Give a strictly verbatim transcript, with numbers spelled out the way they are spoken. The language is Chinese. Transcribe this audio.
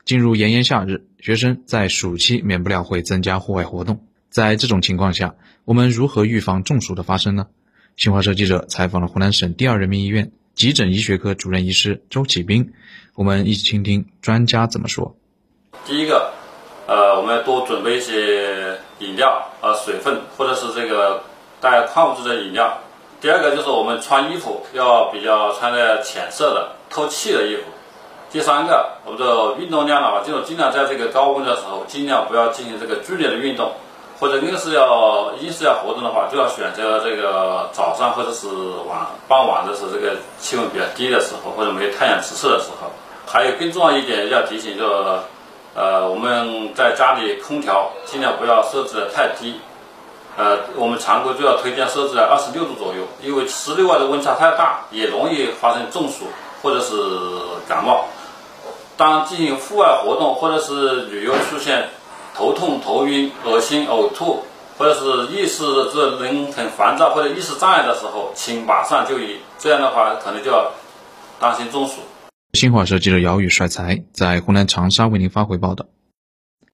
进入炎炎夏日，学生在暑期免不了会增加户外活动。在这种情况下，我们如何预防中暑的发生呢？新华社记者采访了湖南省第二人民医院急诊医学科主任医师周启斌，我们一起倾听专家怎么说。 第一个，呃，我们要多准备一些饮料、呃水分，或者是这个带矿物质的饮料。第二个就是我们穿衣服要比较穿的浅色的、透气的衣服。第三个，我们的运动量的话，就尽量在这个高温的时候，尽量不要进行这个剧烈的运动，或者硬是要硬是要活动的话，就要选择这个早上或者是晚傍晚的时候，这个气温比较低的时候，或者没有太阳直射的时候。还有更重要一点要提醒，就是呃我们在家里空调尽量不要设置的太低，呃我们常规就要推荐设置在二十六度左右，因为室内外的温差太大，也容易发生中暑或者是感冒。当进行户外活动或者是旅游出现头痛、头晕、恶心、呕吐，或者是意识这人很烦躁或者意识障碍的时候，请马上就医，这样的话可能就要担心中暑。 新华社记者姚宇帅才在湖南长沙为您发回报道。